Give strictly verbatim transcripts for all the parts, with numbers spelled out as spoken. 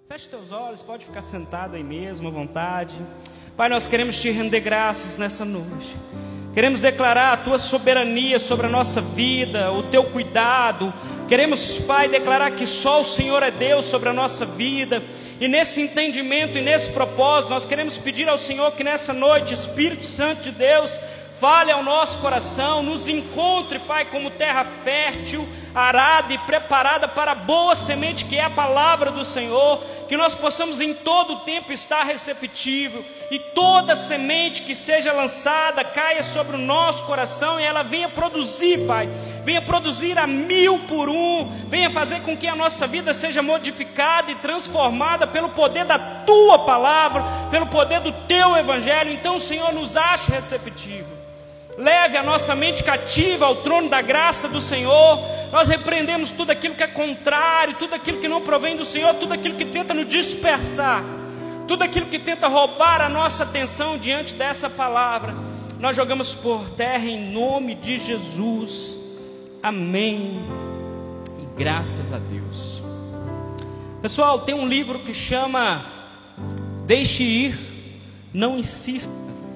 Feche teus olhos, pode ficar sentado aí mesmo, à vontade. Pai, nós queremos te render graças nessa noite. Queremos declarar a tua soberania sobre a nossa vida, o teu cuidado. Queremos, Pai, declarar que só o Senhor é Deus sobre a nossa vida. E nesse entendimento e nesse propósito, nós queremos pedir ao Senhor que nessa noite, Espírito Santo de Deus, fale ao nosso coração, nos encontre, Pai, como terra fértil, arada e preparada para a boa semente que é a palavra do Senhor, que nós possamos em todo o tempo estar receptível, e toda semente que seja lançada caia sobre o nosso coração e ela venha produzir, Pai, venha produzir a mil por um, venha fazer com que a nossa vida seja modificada e transformada pelo poder da Tua palavra, pelo poder do Teu Evangelho. Então, Senhor, nos ache receptível. Leve a nossa mente cativa ao trono da graça do Senhor. Nós repreendemos tudo aquilo que é contrário, tudo aquilo que não provém do Senhor, tudo aquilo que tenta nos dispersar, tudo aquilo que tenta roubar a nossa atenção diante dessa palavra. Nós jogamos por terra em nome de Jesus. Amém. E graças a Deus. Pessoal, tem um livro que chama Deixe Ir, Não Insista.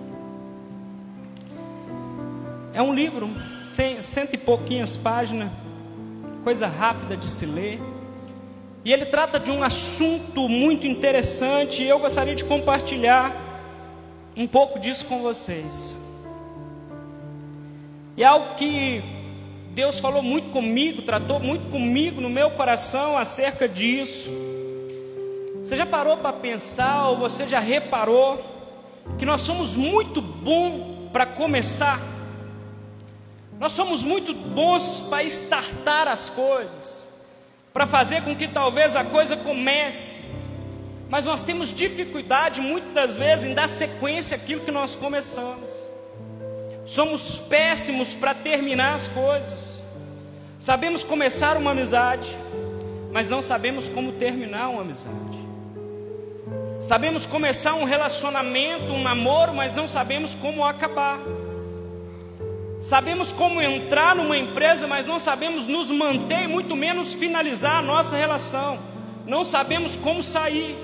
É um livro, cento e pouquinhas páginas, coisa rápida de se ler. E ele trata de um assunto muito interessante, e eu gostaria de compartilhar um pouco disso com vocês. E é algo que Deus falou muito comigo, tratou muito comigo no meu coração acerca disso. Você já parou para pensar, ou você já reparou, que nós somos muito bons para começar? Nós somos muito bons para startar as coisas, para fazer com que talvez a coisa comece, mas nós temos dificuldade muitas das vezes em dar sequência àquilo que nós começamos. Somos péssimos para terminar as coisas. Sabemos começar uma amizade, mas não sabemos como terminar uma amizade. Sabemos começar um relacionamento, um namoro, mas não sabemos como acabar. Sabemos como entrar numa empresa, mas não sabemos nos manter, muito menos finalizar a nossa relação. Não sabemos como sair.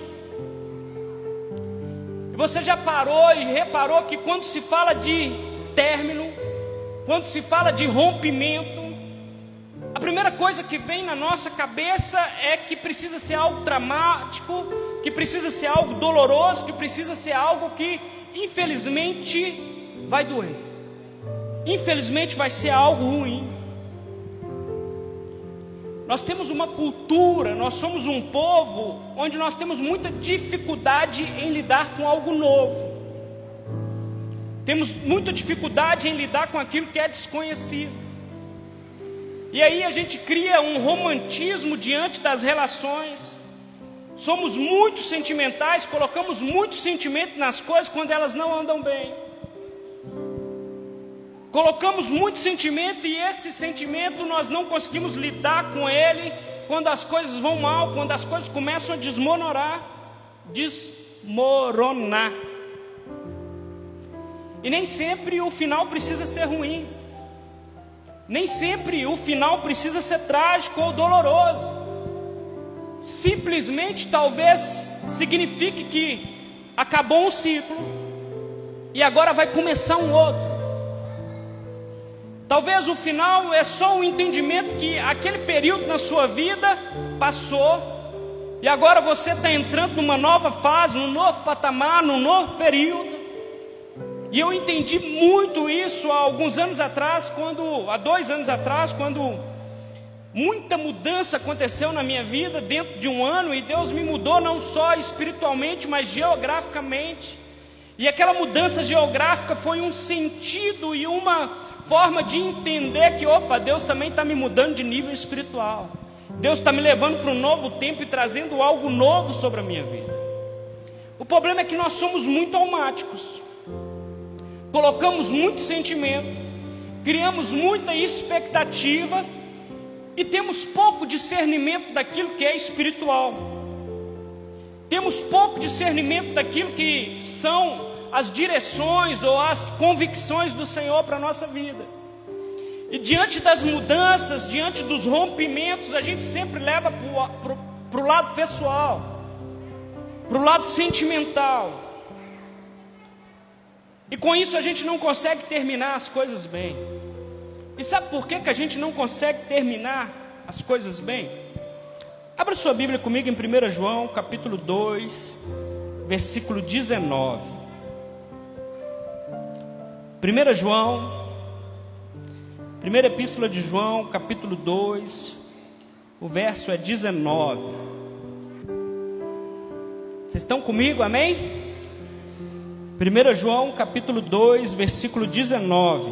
E você já parou e reparou que quando se fala de término, quando se fala de rompimento, a primeira coisa que vem na nossa cabeça é que precisa ser algo dramático, que precisa ser algo doloroso, que precisa ser algo que infelizmente vai doer. Infelizmente vai ser algo ruim. Nós temos uma cultura, nós somos um povo onde nós temos muita dificuldade em lidar com algo novo. Temos muita dificuldade em lidar com aquilo que é desconhecido. E aí a gente cria um romantismo diante das relações. Somos muito sentimentais, colocamos muito sentimento nas coisas quando elas não andam bem. Colocamos muito sentimento e esse sentimento nós não conseguimos lidar com ele quando as coisas vão mal, quando as coisas começam a desmoronar, desmoronar. E nem sempre o final precisa ser ruim. Nem sempre o final precisa ser trágico ou doloroso. Simplesmente talvez signifique que acabou um ciclo e agora vai começar um outro. Talvez o final é só o entendimento que aquele período na sua vida passou, e agora você está entrando numa nova fase, num novo patamar, num novo período. E eu entendi muito isso há alguns anos atrás, quando, há dois anos atrás, quando muita mudança aconteceu na minha vida dentro de um ano, e Deus me mudou não só espiritualmente, mas geograficamente. E aquela mudança geográfica foi um sentido e uma forma de entender que, opa, Deus também está me mudando de nível espiritual. Deus está me levando para um novo tempo e trazendo algo novo sobre a minha vida. O problema é que nós somos muito almáticos. Colocamos muito sentimento, criamos muita expectativa e temos pouco discernimento daquilo que é espiritual. Temos pouco discernimento daquilo que são as direções ou as convicções do Senhor para a nossa vida. E diante das mudanças, diante dos rompimentos, a gente sempre leva para o lado pessoal. para o lado sentimental. E com isso a gente não consegue terminar as coisas bem. E sabe por que que a gente não consegue terminar as coisas bem? Abra sua Bíblia comigo em primeiro João, capítulo dois, versículo dezenove. primeiro João, primeira epístola de João, capítulo dois, o verso é dezenove. Vocês estão comigo, amém? primeiro João, capítulo dois, versículo dezenove.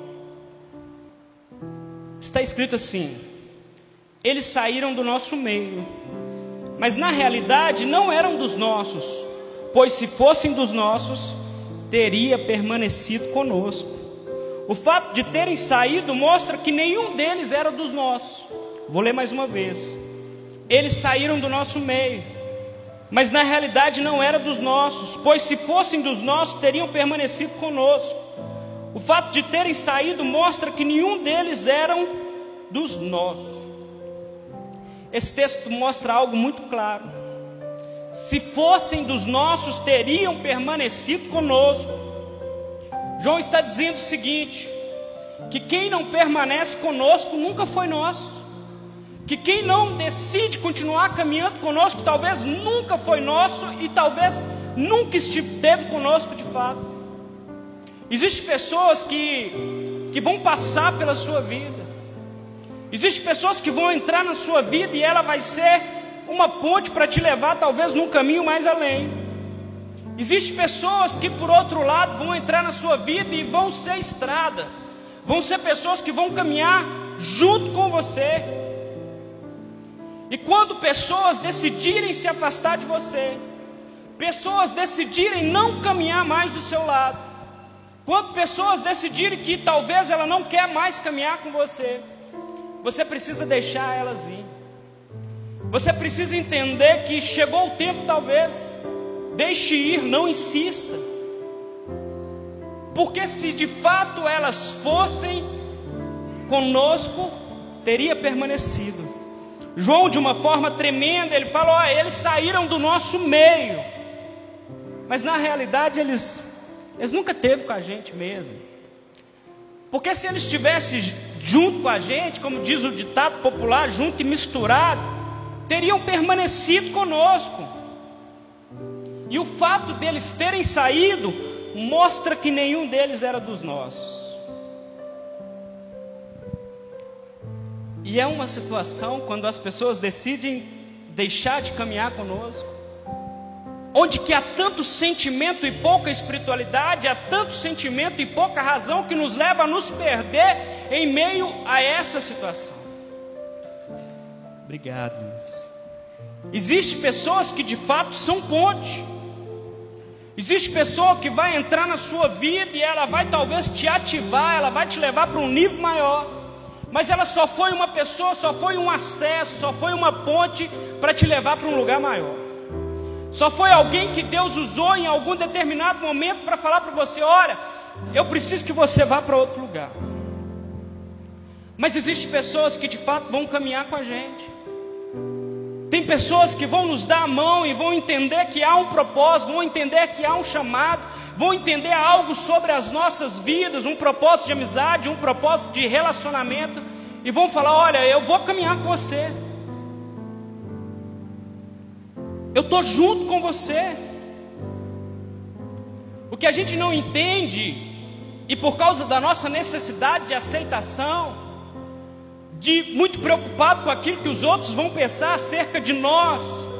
Está escrito assim: eles saíram do nosso meio, mas na realidade não eram dos nossos, pois se fossem dos nossos, teria permanecido conosco. O fato de terem saído mostra que nenhum deles era dos nossos. Vou ler mais uma vez. Eles saíram do nosso meio, mas na realidade não era dos nossos, pois se fossem dos nossos, teriam permanecido conosco. O fato de terem saído mostra que nenhum deles eram dos nossos. Esse texto mostra algo muito claro. Se fossem dos nossos, teriam permanecido conosco. João está dizendo o seguinte: que quem não permanece conosco nunca foi nosso. Que quem não decide continuar caminhando conosco, talvez nunca foi nosso e talvez nunca esteve conosco de fato. Existem pessoas que, que vão passar pela sua vida. Existem pessoas que vão entrar na sua vida e ela vai ser uma ponte para te levar talvez num caminho mais além. Existem pessoas que por outro lado vão entrar na sua vida e vão ser estrada. Vão ser pessoas que vão caminhar junto com você. E quando pessoas decidirem se afastar de você, pessoas decidirem não caminhar mais do seu lado, quando pessoas decidirem que talvez ela não quer mais caminhar com você, você precisa deixar elas ir. Você precisa entender que chegou o tempo, talvez. Deixe ir, não insista. Porque se de fato elas fossem conosco, teria permanecido. João, de uma forma tremenda, ele fala: ó, eles saíram do nosso meio. Mas na realidade eles, eles nunca esteve com a gente mesmo. Porque se eles estivessem junto com a gente, como diz o ditado popular, junto e misturado, teriam permanecido conosco. E o fato deles terem saído mostra que nenhum deles era dos nossos. E é uma situação quando as pessoas decidem deixar de caminhar conosco, onde que há tanto sentimento e pouca espiritualidade, há tanto sentimento e pouca razão que nos leva a nos perder em meio a essa situação. Obrigado, Luiz. Existem pessoas que de fato são ponte. Existe pessoa que vai entrar na sua vida e ela vai talvez te ativar, ela vai te levar para um nível maior. Mas ela só foi uma pessoa, só foi um acesso, só foi uma ponte para te levar para um lugar maior. Só foi alguém que Deus usou em algum determinado momento para falar para você: olha, eu preciso que você vá para outro lugar. Mas existem pessoas que de fato vão caminhar com a gente. Tem pessoas que vão nos dar a mão e vão entender que há um propósito, vão entender que há um chamado, vão entender algo sobre as nossas vidas, um propósito de amizade, um propósito de relacionamento, e vão falar: olha, eu vou caminhar com você, eu estou junto com você. O que a gente não entende, e por causa da nossa necessidade de aceitação, de muito preocupado com aquilo que os outros vão pensar acerca de nós,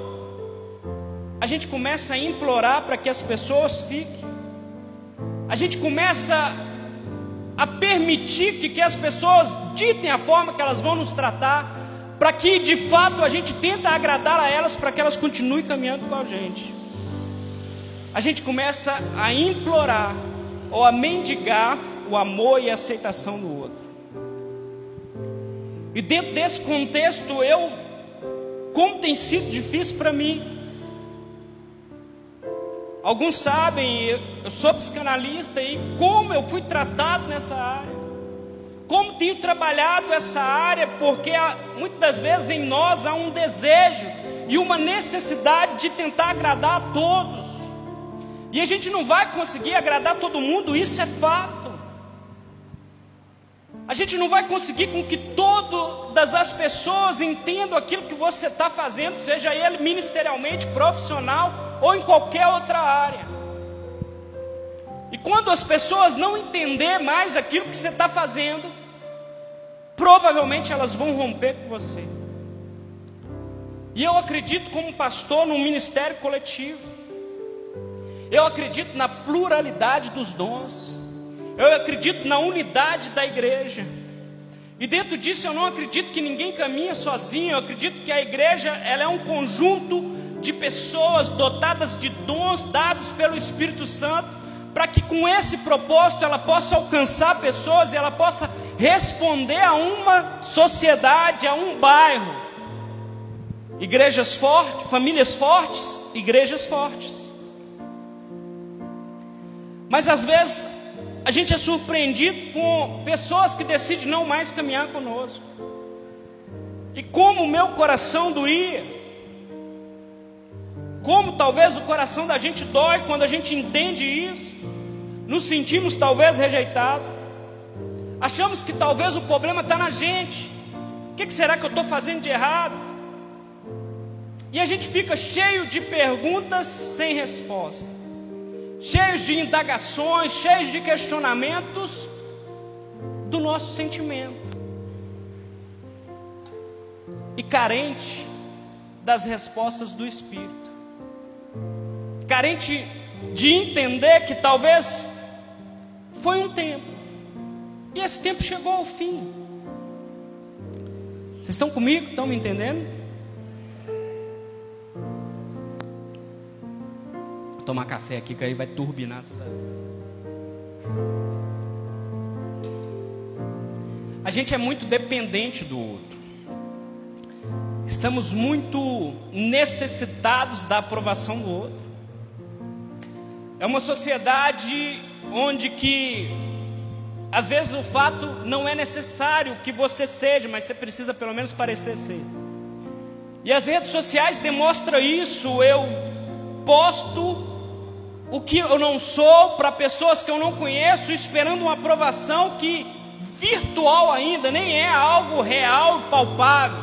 a gente começa a implorar para que as pessoas fiquem. A gente começa a permitir que, que as pessoas ditem a forma que elas vão nos tratar, para que de fato a gente tenta agradar a elas, para que elas continuem caminhando com a gente. A gente começa a implorar ou a mendigar o amor e a aceitação do outro. E dentro desse contexto, eu, como tem sido difícil para mim. Alguns sabem, eu sou psicanalista, e como eu fui tratado nessa área, como tenho trabalhado essa área, porque há, muitas das vezes em nós há um desejo e uma necessidade de tentar agradar a todos. E a gente não vai conseguir agradar todo mundo, isso é fato. A gente não vai conseguir com que todas as pessoas entendam aquilo que você está fazendo, seja ele ministerialmente, profissional ou em qualquer outra área. E quando as pessoas não entenderem mais aquilo que você está fazendo, provavelmente elas vão romper com você. E eu acredito como pastor num ministério coletivo. Eu acredito na pluralidade dos dons. Eu acredito na unidade da igreja. E dentro disso eu não acredito que ninguém caminha sozinho. Eu acredito que a igreja, ela é um conjunto de pessoas dotadas de dons dados pelo Espírito Santo, para que com esse propósito ela possa alcançar pessoas e ela possa responder a uma sociedade, a um bairro. Igrejas fortes, famílias fortes, igrejas fortes. Mas às vezes a gente é surpreendido com pessoas que decidem não mais caminhar conosco. E como o meu coração doía, como talvez o coração da gente dói quando a gente entende isso, nos sentimos talvez rejeitados, achamos que talvez o problema está na gente. O que será que eu estou fazendo de errado? E a gente fica cheio de perguntas sem resposta, cheios de indagações, cheios de questionamentos do nosso sentimento, e carente das respostas do Espírito, carente de entender que talvez foi um tempo, e esse tempo chegou ao fim. Vocês estão comigo? Estão me entendendo? Vou tomar café aqui que aí vai turbinar. A gente é muito dependente do outro. Estamos muito necessitados da aprovação do outro. É uma sociedade onde que às vezes o fato não é necessário que você seja, mas você precisa pelo menos parecer ser. E as redes sociais demonstram isso. Eu posto o que eu não sou para pessoas que eu não conheço, esperando uma aprovação que virtual ainda, nem é algo real e palpável.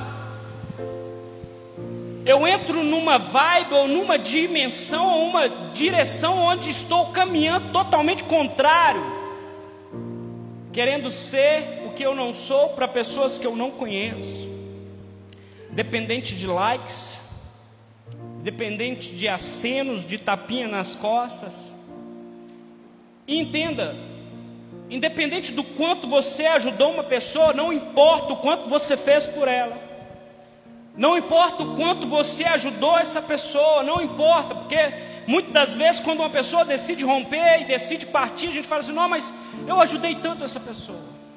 Eu entro numa vibe ou numa dimensão ou uma direção onde estou caminhando totalmente contrário, querendo ser o que eu não sou para pessoas que eu não conheço, dependente de likes, dependente de acenos, de tapinha nas costas. E entenda, independente do quanto você ajudou uma pessoa, não importa o quanto você fez por ela, não importa o quanto você ajudou essa pessoa, não importa, porque muitas das vezes quando uma pessoa decide romper e decide partir, a gente fala assim: não, mas eu ajudei tanto essa pessoa,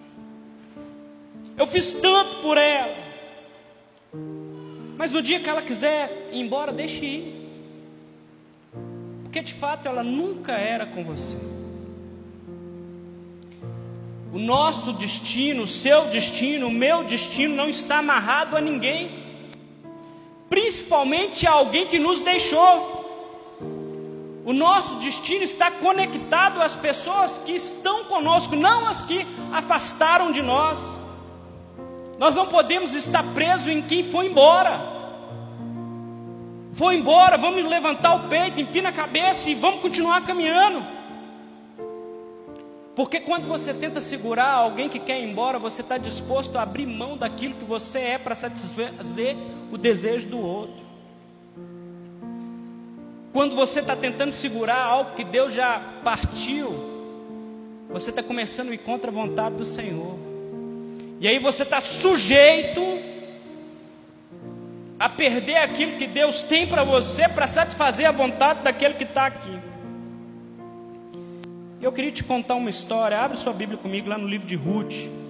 eu fiz tanto por ela. Mas no dia que ela quiser ir embora, deixe ir, porque de fato ela nunca era com você. O nosso destino, o seu destino, o meu destino não está amarrado a ninguém, principalmente a alguém que nos deixou. O nosso destino está conectado às pessoas que estão conosco, não as que afastaram de nós. Nós não podemos estar presos em quem foi embora. Foi embora, vamos levantar o peito, empina a cabeça e vamos continuar caminhando. Porque quando você tenta segurar alguém que quer ir embora, você está disposto a abrir mão daquilo que você é para satisfazer o desejo do outro. Quando você está tentando segurar algo que Deus já partiu, você está começando a ir contra a vontade do Senhor. E aí você está sujeito a perder aquilo que Deus tem para você, para satisfazer a vontade daquele que está aqui. Eu queria te contar uma história. Abre sua Bíblia comigo lá no livro de Ruth.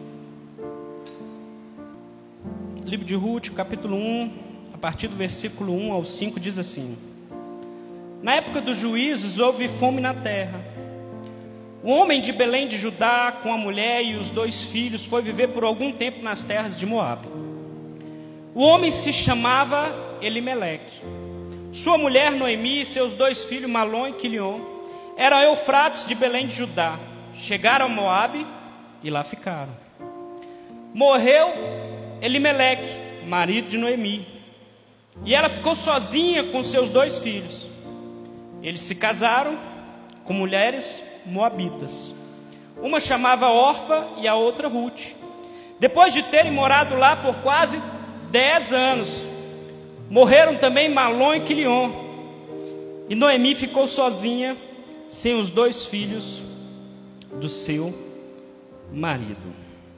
Livro de Ruth, capítulo um, a partir do versículo um ao cinco, diz assim: na época dos juízos houve fome na terra. O homem de Belém de Judá, com a mulher e os dois filhos, foi viver por algum tempo nas terras de Moabe. O homem se chamava Elimeleque. Sua mulher Noemi e seus dois filhos Malom e Quilion eram eufrates de Belém de Judá. Chegaram a Moabe e lá ficaram. Morreu Elimeleque, marido de Noemi, e ela ficou sozinha com seus dois filhos. Eles se casaram com mulheres moabitas. Uma chamava Orfa e a outra Ruth. Depois de terem morado lá por quase dez anos, morreram também Malom e Quilion, e Noemi ficou sozinha, sem os dois filhos do seu marido.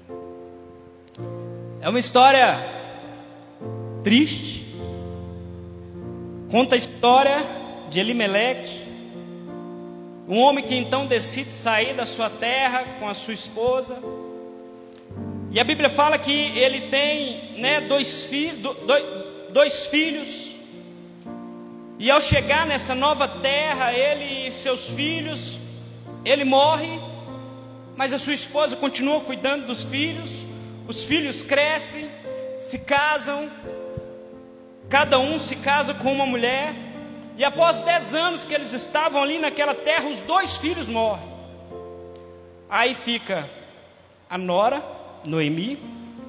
É uma história triste. Conta a história de Elimeleque, um homem que então decide sair da sua terra com a sua esposa. E a Bíblia fala que ele tem, né, dois, fi, dois, dois filhos. E ao chegar nessa nova terra, ele e seus filhos, ele morre, mas a sua esposa continua cuidando dos filhos. Os filhos crescem, se casam, cada um se casa com uma mulher. E após dez anos que eles estavam ali naquela terra, os dois filhos morrem. Aí fica a nora, Noemi,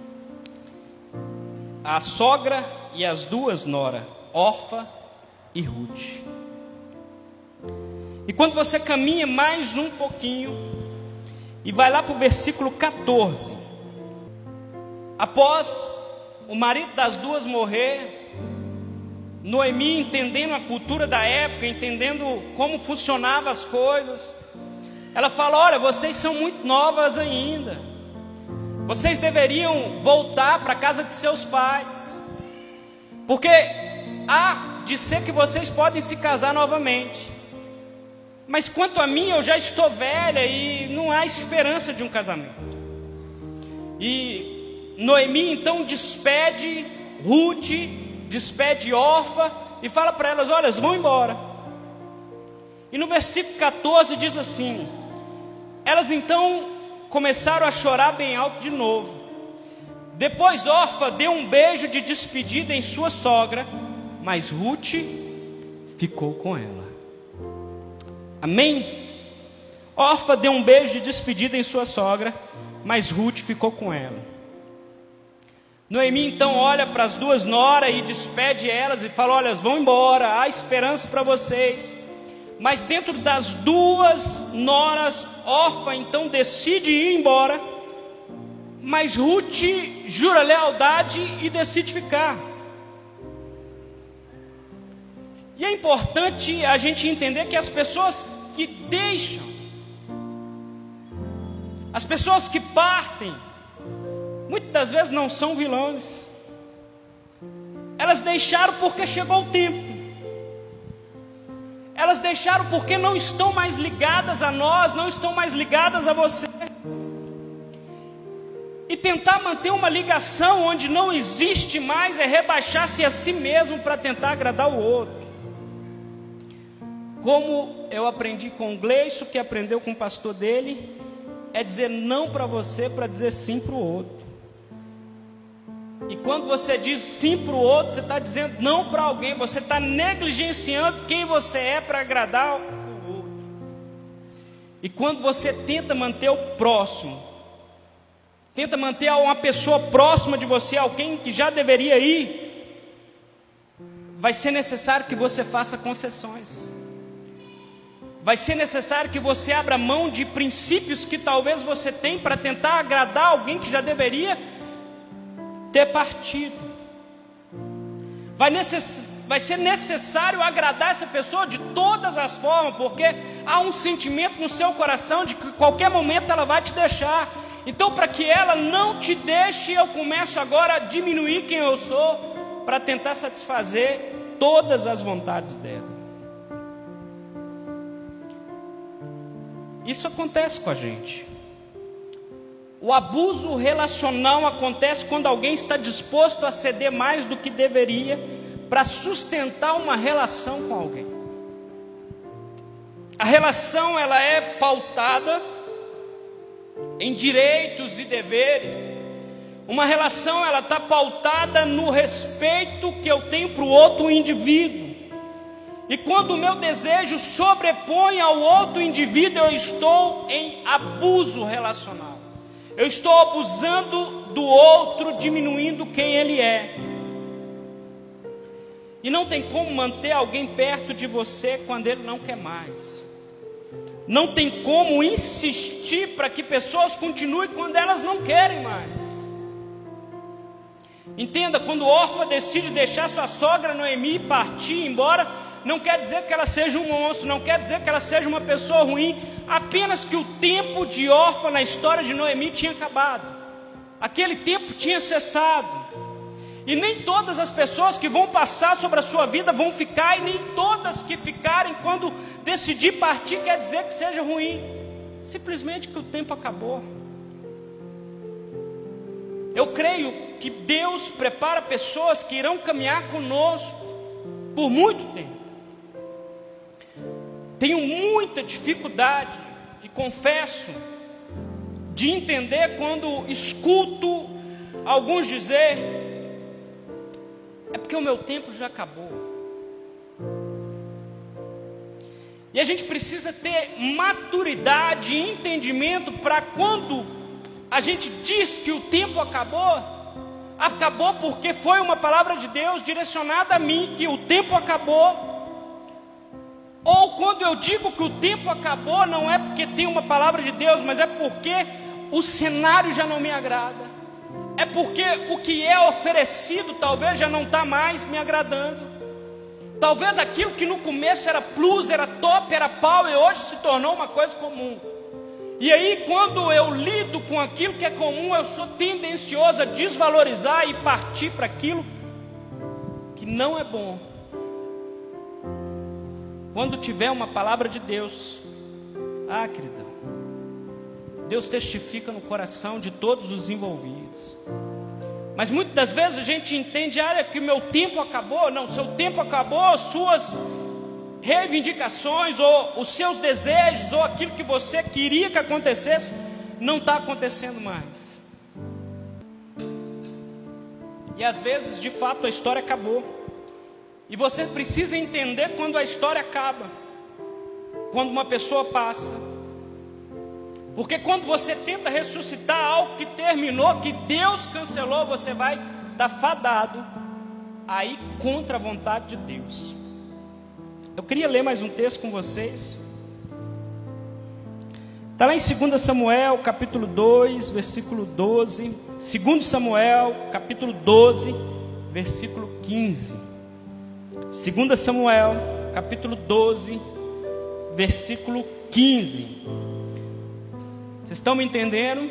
a sogra e as duas noras, Orfa e Ruth. E quando você caminha mais um pouquinho e vai lá para o versículo catorze, após o marido das duas morrer, Noemi, entendendo a cultura da época, entendendo como funcionavam as coisas, ela fala: olha, vocês são muito novas ainda, vocês deveriam voltar para a casa de seus pais, porque há de ser que vocês podem se casar novamente, mas quanto a mim, eu já estou velha e não há esperança de um casamento. E Noemi então despede Ruth, despede Orfa e fala para elas: olha, vão embora. E no versículo catorze diz assim: elas então começaram a chorar bem alto de novo. Depois Orfa deu um beijo de despedida em sua sogra, mas Ruth ficou com ela. Amém? Orfa deu um beijo de despedida em sua sogra, mas Ruth ficou com ela. Noemi então olha para as duas noras e despede elas e fala: olha, vão embora, há esperança para vocês. Mas dentro das duas noras, Orfa então decide ir embora, mas Ruth jura lealdade e decide ficar. E é importante a gente entender que as pessoas que deixam, as pessoas que partem, muitas das vezes não são vilões. Elas deixaram porque chegou o tempo. Elas deixaram porque não estão mais ligadas a nós, não estão mais ligadas a você. E tentar manter uma ligação onde não existe mais é rebaixar-se a si mesmo para tentar agradar o outro. Como eu aprendi com o Gleison, que aprendeu com o pastor dele, é dizer não para você para dizer sim para o outro. E quando você diz sim para o outro, você está dizendo não para alguém, você está negligenciando quem você é para agradar o outro. E quando você tenta manter o próximo, tenta manter uma pessoa próxima de você, alguém que já deveria ir, vai ser necessário que você faça concessões. Vai ser necessário que você abra mão de princípios que talvez você tem para tentar agradar alguém que já deveria ter partido. Vai, necess... vai ser necessário agradar essa pessoa de todas as formas, porque há um sentimento no seu coração de que qualquer momento ela vai te deixar. Então, para que ela não te deixe, eu começo agora a diminuir quem eu sou, para tentar satisfazer todas as vontades dela. Isso acontece com a gente. O abuso relacional acontece quando alguém está disposto a ceder mais do que deveria para sustentar uma relação com alguém. A relação, ela é pautada em direitos e deveres. Uma relação, ela está pautada no respeito que eu tenho para o outro indivíduo. E quando o meu desejo sobrepõe ao outro indivíduo, eu estou em abuso relacional. Eu estou abusando do outro, diminuindo quem ele é. E não tem como manter alguém perto de você quando ele não quer mais. Não tem como insistir para que pessoas continuem quando elas não querem mais. Entenda, quando Orfa decide deixar sua sogra Noemi e partir embora, não quer dizer que ela seja um monstro, não quer dizer que ela seja uma pessoa ruim, apenas que o tempo de Orfa na história de Noemi tinha acabado. Aquele tempo tinha cessado. E nem todas as pessoas que vão passar sobre a sua vida vão ficar, e nem todas que ficarem quando decidir partir quer dizer que seja ruim. Simplesmente que o tempo acabou. Eu creio que Deus prepara pessoas que irão caminhar conosco por muito tempo. Tenho muita dificuldade, e confesso, de entender quando escuto alguns dizer: é porque o meu tempo já acabou. E a gente precisa ter maturidade e entendimento para quando a gente diz que o tempo acabou, acabou porque foi uma palavra de Deus direcionada a mim, que o tempo acabou. Ou quando eu digo que o tempo acabou, não é porque tem uma palavra de Deus, mas é porque o cenário já não me agrada. É porque o que é oferecido talvez já não está mais me agradando. Talvez aquilo que no começo era plus, era top, era pau, e hoje se tornou uma coisa comum. E aí quando eu lido com aquilo que é comum, eu sou tendencioso a desvalorizar e partir para aquilo que não é bom. Quando tiver uma palavra de Deus, ah, queridão, Deus testifica no coração de todos os envolvidos. Mas muitas das vezes a gente entende, ah, que o meu tempo acabou. Não, seu tempo acabou, suas reivindicações, ou os seus desejos, ou aquilo que você queria que acontecesse, não está acontecendo mais. E às vezes, de fato, a história acabou. E você precisa entender quando a história acaba, quando uma pessoa passa. Porque quando você tenta ressuscitar algo que terminou, que Deus cancelou, você vai estar fadado aí contra a vontade de Deus. Eu queria ler mais um texto com vocês. Está lá em dois Samuel, capítulo dois, versículo doze. dois Samuel, capítulo doze, versículo quinze. dois Samuel, capítulo doze, versículo quinze. Vocês estão me entendendo?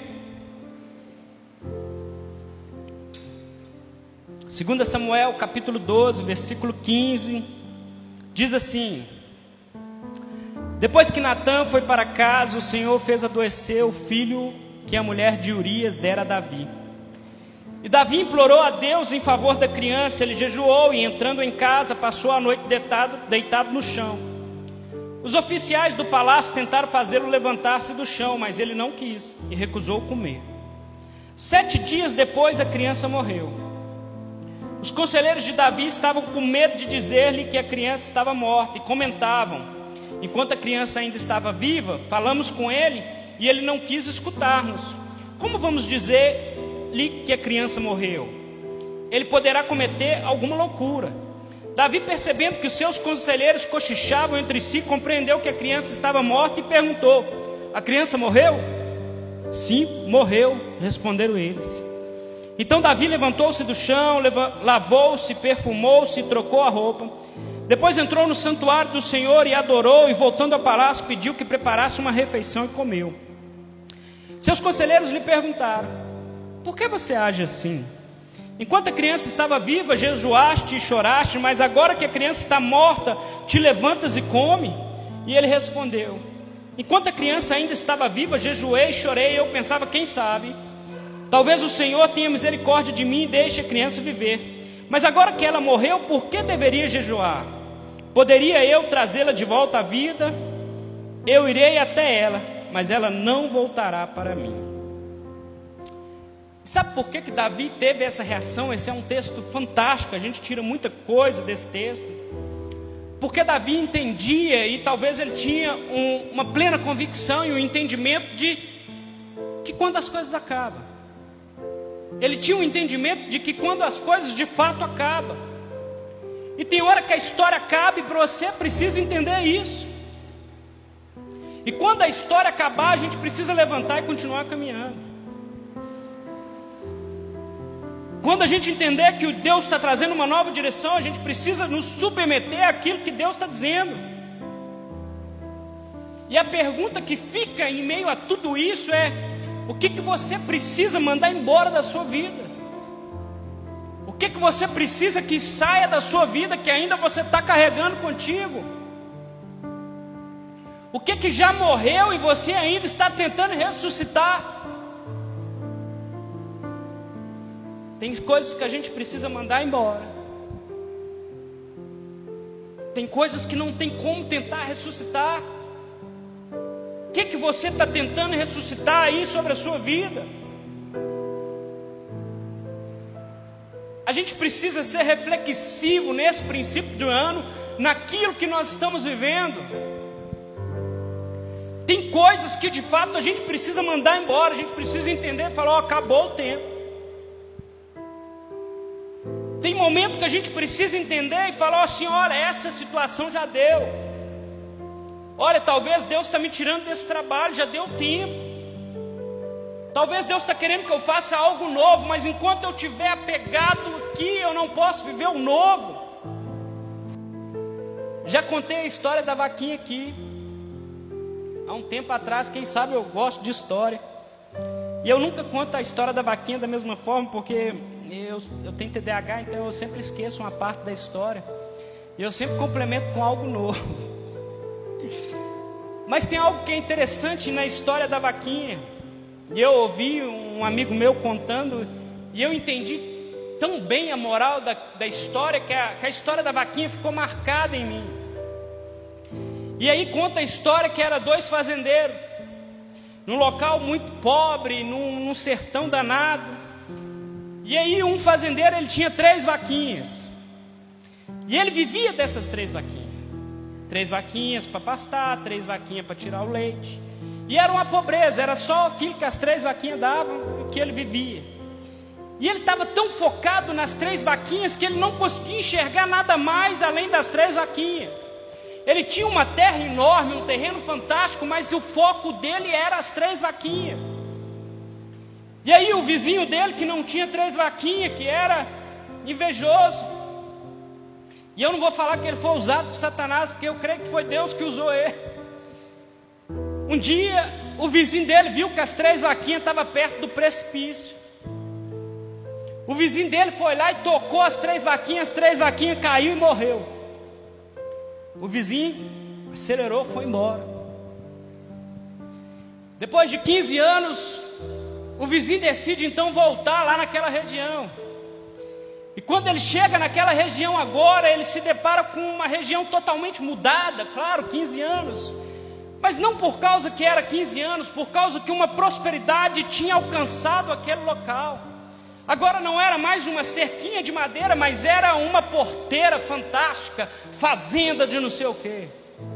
dois Samuel, capítulo doze, versículo quinze, diz assim: depois que Natã foi para casa, o Senhor fez adoecer o filho que a mulher de Urias dera a Davi. E Davi implorou a Deus em favor da criança. Ele jejuou e, entrando em casa, passou a noite deitado, deitado no chão. Os oficiais do palácio tentaram fazê-lo levantar-se do chão, mas ele não quis e recusou comer. Sete dias depois, a criança morreu. Os conselheiros de Davi estavam com medo de dizer-lhe que a criança estava morta, e comentavam: enquanto a criança ainda estava viva, falamos com ele e ele não quis escutar-nos. Como vamos dizer-lhe que a criança morreu? Ele poderá cometer alguma loucura. Davi, percebendo que os seus conselheiros cochichavam entre si, compreendeu que a criança estava morta e perguntou: a criança morreu? Sim, morreu, responderam eles. Então Davi levantou-se do chão, lavou-se, perfumou-se e trocou a roupa. Depois entrou no santuário do Senhor e adorou, e voltando ao palácio pediu que preparasse uma refeição e comeu. Seus conselheiros lhe perguntaram: por que você age assim? Enquanto a criança estava viva, jejuaste e choraste, mas agora que a criança está morta, te levantas e come? E ele respondeu: enquanto a criança ainda estava viva, jejuei e chorei. Eu pensava, quem sabe, talvez o Senhor tenha misericórdia de mim e deixe a criança viver. Mas agora que ela morreu, por que deveria jejuar? Poderia eu trazê-la de volta à vida? Eu irei até ela, mas ela não voltará para mim. Sabe por que que Davi teve essa reação? Esse é um texto fantástico, a gente tira muita coisa desse texto. Porque Davi entendia, e talvez ele tinha um, uma plena convicção e um entendimento de que quando as coisas acabam, ele tinha um entendimento de que quando as coisas de fato acabam, e tem hora que a história acaba e para você precisa entender isso. E quando a história acabar, a gente precisa levantar e continuar caminhando. Quando a gente entender que o Deus está trazendo uma nova direção, a gente precisa nos submeter àquilo que Deus está dizendo. E a pergunta que fica em meio a tudo isso é: o que, que você precisa mandar embora da sua vida? O que, que você precisa que saia da sua vida, que ainda você está carregando contigo? O que, que já morreu e você ainda está tentando ressuscitar? Tem coisas que a gente precisa mandar embora. Tem coisas que não tem como tentar ressuscitar. O que, que você está tentando ressuscitar aí sobre a sua vida? A gente precisa ser reflexivo nesse princípio do ano, naquilo que nós estamos vivendo. Tem coisas que de fato a gente precisa mandar embora. A gente precisa entender e falar: ó, acabou o tempo. Tem momento que a gente precisa entender e falar assim: olha, essa situação já deu. Olha, talvez Deus está me tirando desse trabalho, já deu tempo. Talvez Deus está querendo que eu faça algo novo, mas enquanto eu estiver apegado aqui, eu não posso viver o novo. Já contei a história da vaquinha aqui. Há um tempo atrás, quem sabe eu gosto de história. E eu nunca conto a história da vaquinha da mesma forma, porque eu, eu tenho T D A H, então eu sempre esqueço uma parte da história. E eu sempre complemento com algo novo. Mas tem algo que é interessante na história da vaquinha. E eu ouvi um amigo meu contando, e eu entendi tão bem a moral da, da história, que a, que a história da vaquinha ficou marcada em mim. E aí conta a história que era dois fazendeiros, num local muito pobre, num, num sertão danado. E aí um fazendeiro, ele tinha três vaquinhas. E ele vivia dessas três vaquinhas. Três vaquinhas para pastar, três vaquinhas para tirar o leite. E era uma pobreza, era só aquilo que as três vaquinhas davam, que ele vivia. E ele estava tão focado nas três vaquinhas que ele não conseguia enxergar nada mais além das três vaquinhas. Ele tinha uma terra enorme, um terreno fantástico, mas o foco dele era as três vaquinhas. E aí o vizinho dele, que não tinha três vaquinhas, que era invejoso. E eu não vou falar que ele foi usado por Satanás, porque eu creio que foi Deus que usou ele. Um dia, o vizinho dele viu que as três vaquinhas estavam perto do precipício. O vizinho dele foi lá e tocou as três vaquinhas, as três vaquinhas caiu e morreu. O vizinho acelerou, foi embora. Depois de quinze anos, o vizinho decide então voltar lá naquela região. E quando ele chega naquela região agora, ele se depara com uma região totalmente mudada, claro, quinze anos. Mas não por causa que era quinze anos, por causa que uma prosperidade tinha alcançado aquele local. Agora não era mais uma cerquinha de madeira, mas era uma porteira fantástica, fazenda de não sei o quê.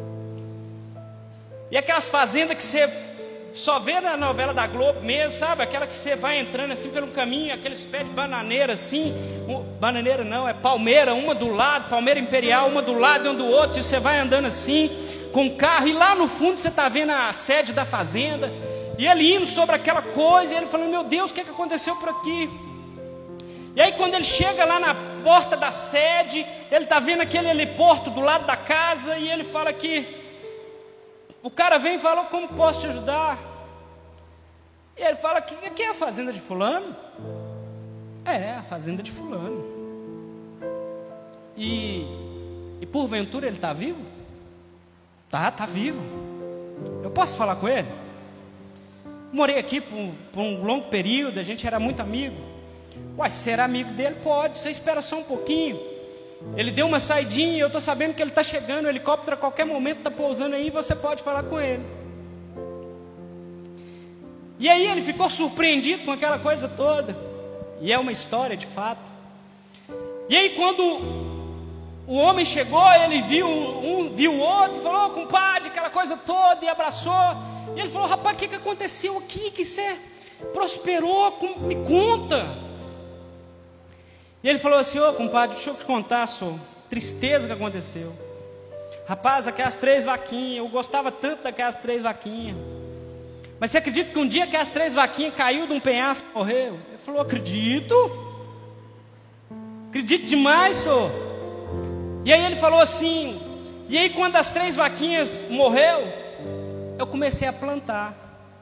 E aquelas fazendas que você só vê na novela da Globo mesmo, sabe? Aquela que você vai entrando assim pelo caminho, aqueles pés de bananeira assim, um, bananeira não, é palmeira, uma do lado, palmeira imperial, uma do lado e um do outro, e você vai andando assim, com o carro, e lá no fundo você está vendo a sede da fazenda, e ele indo sobre aquela coisa, e ele falando: meu Deus, o que, é que aconteceu por aqui? E aí quando ele chega lá na porta da sede, ele está vendo aquele heliporto do lado da casa, e ele fala que o cara vem e fala: como posso te ajudar? E ele fala: que aqui é a fazenda de fulano? É, a fazenda de fulano. E, e porventura ele está vivo? Tá, tá vivo. Eu posso falar com ele? Morei aqui por, por um longo período, a gente era muito amigo. Uai, se será amigo dele? Pode, você espera só um pouquinho. Ele deu uma saidinha e eu estou sabendo que ele está chegando. O helicóptero a qualquer momento está pousando aí e você pode falar com ele. E aí ele ficou surpreendido com aquela coisa toda. E é uma história de fato. E aí quando o homem chegou, ele viu um, viu o outro, falou, oh, compadre, aquela coisa toda, e abraçou. E ele falou, rapaz, o que, que aconteceu aqui, que você prosperou, me conta. E ele falou assim, ô oh, compadre, deixa eu te contar, só tristeza que aconteceu. Rapaz, aquelas três vaquinhas, eu gostava tanto daquelas três vaquinhas. Mas você acredita que um dia aquelas três vaquinhas caiu de um penhasco e morreu? Ele falou, acredito. Acredito demais, senhor. E aí ele falou assim, e aí quando as três vaquinhas morreu, eu comecei a plantar.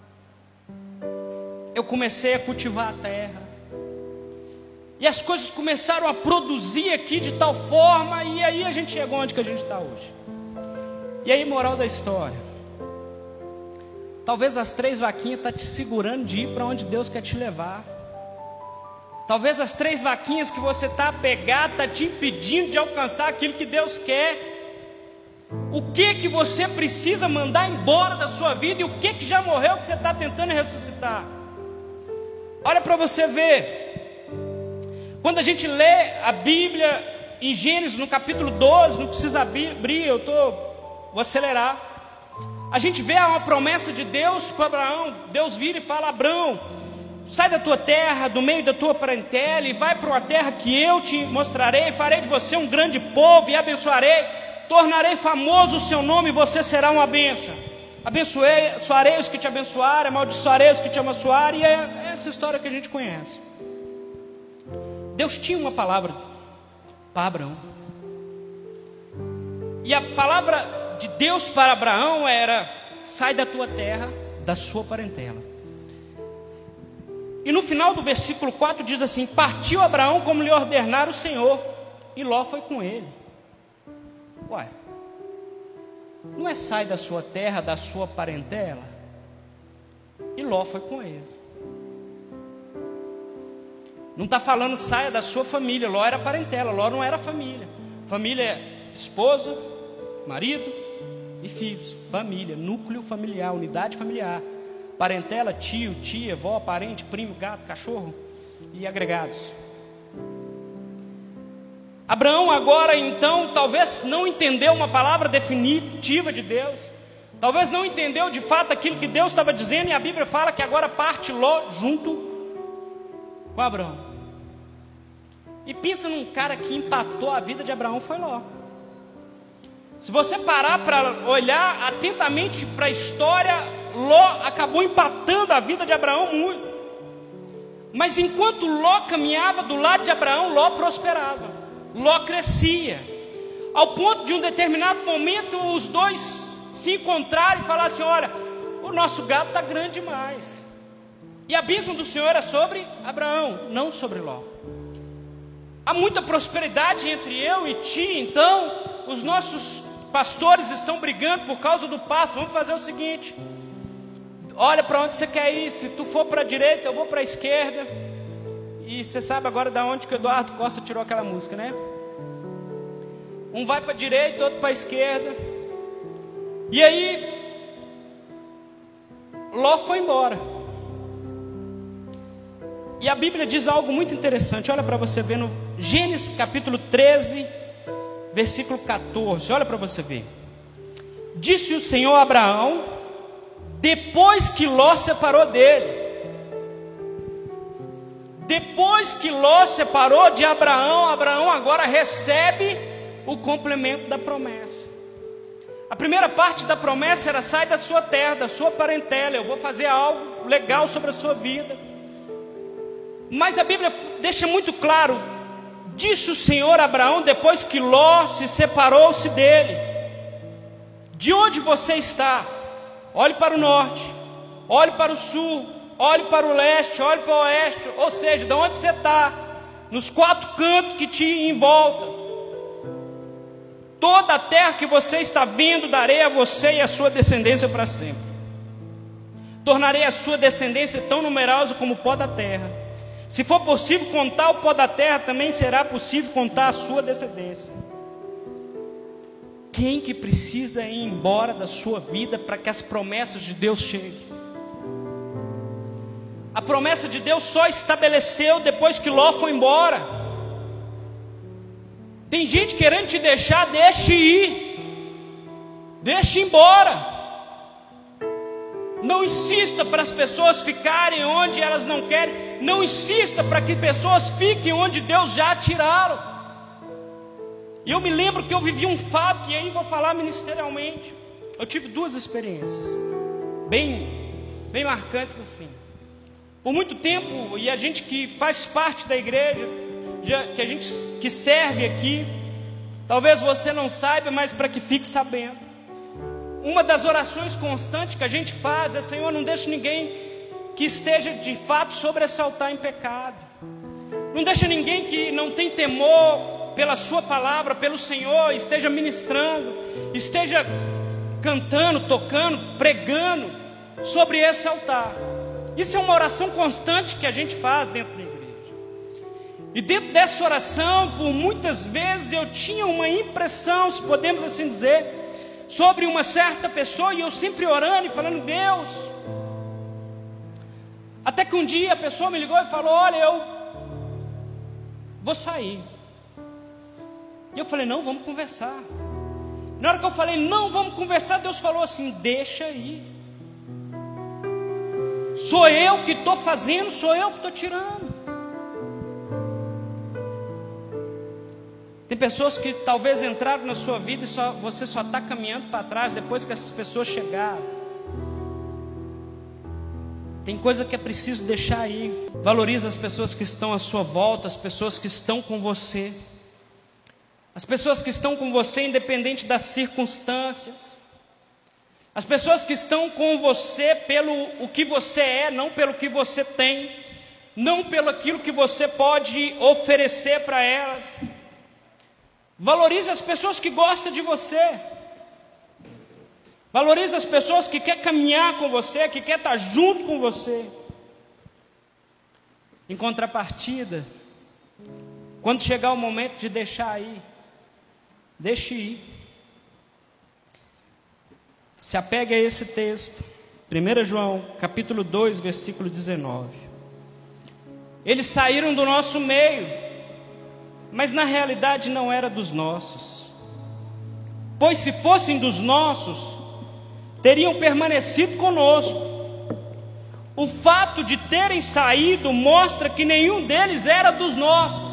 Eu comecei a cultivar a terra. E as coisas começaram a produzir aqui de tal forma, e aí a gente chegou onde que a gente está hoje. E aí, moral da história, talvez as três vaquinhas estão te segurando de ir para onde Deus quer te levar. Talvez as três vaquinhas que você está apegado estão te impedindo de alcançar aquilo que Deus quer. O que que você precisa mandar embora da sua vida, e o que que já morreu que você está tentando ressuscitar? Olha para você ver. Quando a gente lê a Bíblia em Gênesis, no capítulo doze, não precisa abrir, eu tô, vou acelerar. A gente vê uma promessa de Deus para Abraão. Deus vira e fala, Abraão, sai da tua terra, do meio da tua parentela, e vai para uma terra que eu te mostrarei, farei de você um grande povo, e abençoarei, tornarei famoso o seu nome, e você será uma bênção. Abençoarei os que te abençoarem, amaldiçoarei os que te amaldiçoarem, e é essa história que a gente conhece. Deus tinha uma palavra para Abraão. E a palavra de Deus para Abraão era, sai da tua terra, da sua parentela. E no final do versículo quatro diz assim, partiu Abraão como lhe ordenara o Senhor, e Ló foi com ele. Ué, não é sai da sua terra, da sua parentela? E Ló foi com ele. Não está falando saia da sua família. Ló era parentela, Ló não era família. Família é esposa, marido e filhos. Família, núcleo familiar, unidade familiar. Parentela, tio, tia, vó, parente, primo, gato, cachorro e agregados. Abraão agora então talvez não entendeu uma palavra definitiva de Deus. Talvez não entendeu de fato aquilo que Deus estava dizendo. E a Bíblia fala que agora parte Ló junto com Abraão. E pensa num cara que empatou a vida de Abraão, foi Ló. Se você parar para olhar atentamente para a história, Ló acabou empatando a vida de Abraão muito. Mas enquanto Ló caminhava do lado de Abraão, Ló prosperava, Ló crescia, ao ponto de um determinado momento os dois se encontrarem e falarem assim, olha, o nosso gado está grande demais. E a bênção do Senhor era sobre Abraão, não sobre Ló. Há muita prosperidade entre eu e ti, então os nossos pastores estão brigando por causa do pasto. Vamos fazer o seguinte, olha para onde você quer ir. Se tu for para a direita, eu vou para a esquerda. E você sabe agora de onde que o Eduardo Costa tirou aquela música, né? Um vai para a direita, outro para a esquerda. E aí Ló foi embora. E a Bíblia diz algo muito interessante. Olha para você ver no Gênesis capítulo treze, versículo quatorze. Olha para você ver. Disse o Senhor a Abraão, depois que Ló separou dele. Depois que Ló separou de Abraão, Abraão agora recebe o complemento da promessa. A primeira parte da promessa era, sai da sua terra, da sua parentela, eu vou fazer algo legal sobre a sua vida. Mas a Bíblia deixa muito claro, disse o Senhor a Abraão depois que Ló se separou-se dele, de onde você está? Olhe para o norte, olhe para o sul, olhe para o leste, olhe para o oeste, ou seja, de onde você está, nos quatro cantos que te envoltam. Toda a terra que você está vendo, darei a você e a sua descendência para sempre. Tornarei a sua descendência tão numerosa como o pó da terra. Se for possível contar o pó da terra, também será possível contar a sua descendência. Quem que precisa ir embora da sua vida para que as promessas de Deus cheguem? A promessa de Deus só estabeleceu depois que Ló foi embora. Tem gente querendo te deixar, deixe ir, deixe ir embora. Não insista para as pessoas ficarem onde elas não querem. Não insista para que pessoas fiquem onde Deus já tiraram. E eu me lembro que eu vivi um fato, e aí vou falar ministerialmente. Eu tive duas experiências bem, bem marcantes assim. Por muito tempo, e a gente que faz parte da igreja, já, que a gente que serve aqui, talvez você não saiba, mas para que fique sabendo, uma das orações constantes que a gente faz é: Senhor, não deixe ninguém que esteja de fato sobressaltar em pecado. Não deixa ninguém que não tem temor pela sua palavra, pelo Senhor, esteja ministrando, esteja cantando, tocando, pregando sobre esse altar. Isso é uma oração constante que a gente faz dentro da igreja. E dentro dessa oração, por muitas vezes eu tinha uma impressão, se podemos assim dizer, sobre uma certa pessoa, e eu sempre orando e falando: Deus. Até que um dia a pessoa me ligou e falou: olha, eu vou sair. E eu falei: não, vamos conversar. Na hora que eu falei: não, vamos conversar, Deus falou assim: deixa ir. Sou eu que estou fazendo, sou eu que estou tirando. Tem pessoas que talvez entraram na sua vida e só, você só está caminhando para trás depois que essas pessoas chegaram. Tem coisa que é preciso deixar aí. Valorize as pessoas que estão à sua volta, as pessoas que estão com você. As pessoas que estão com você independente das circunstâncias. As pessoas que estão com você pelo o que você é, não pelo que você tem, não pelo aquilo que você pode oferecer para elas. Valorize as pessoas que gostam de você. Valorize as pessoas que querem caminhar com você, que querem estar junto com você. Em contrapartida, quando chegar o momento de deixar ir, deixe ir. Se apegue a esse texto, primeiro João, capítulo dois, versículo dezenove. Eles saíram do nosso meio, mas na realidade não era dos nossos. Pois se fossem dos nossos, teriam permanecido conosco. O fato de terem saído mostra que nenhum deles era dos nossos.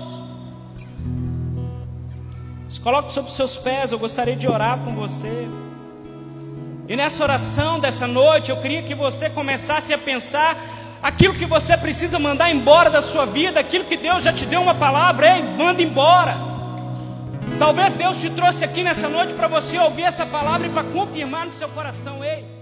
Se coloque sobre os seus pés, eu gostaria de orar com você. E nessa oração dessa noite, eu queria que você começasse a pensar aquilo que você precisa mandar embora da sua vida, aquilo que Deus já te deu uma palavra: ei, manda embora. Talvez Deus te trouxe aqui nessa noite para você ouvir essa palavra e para confirmar no seu coração: ei,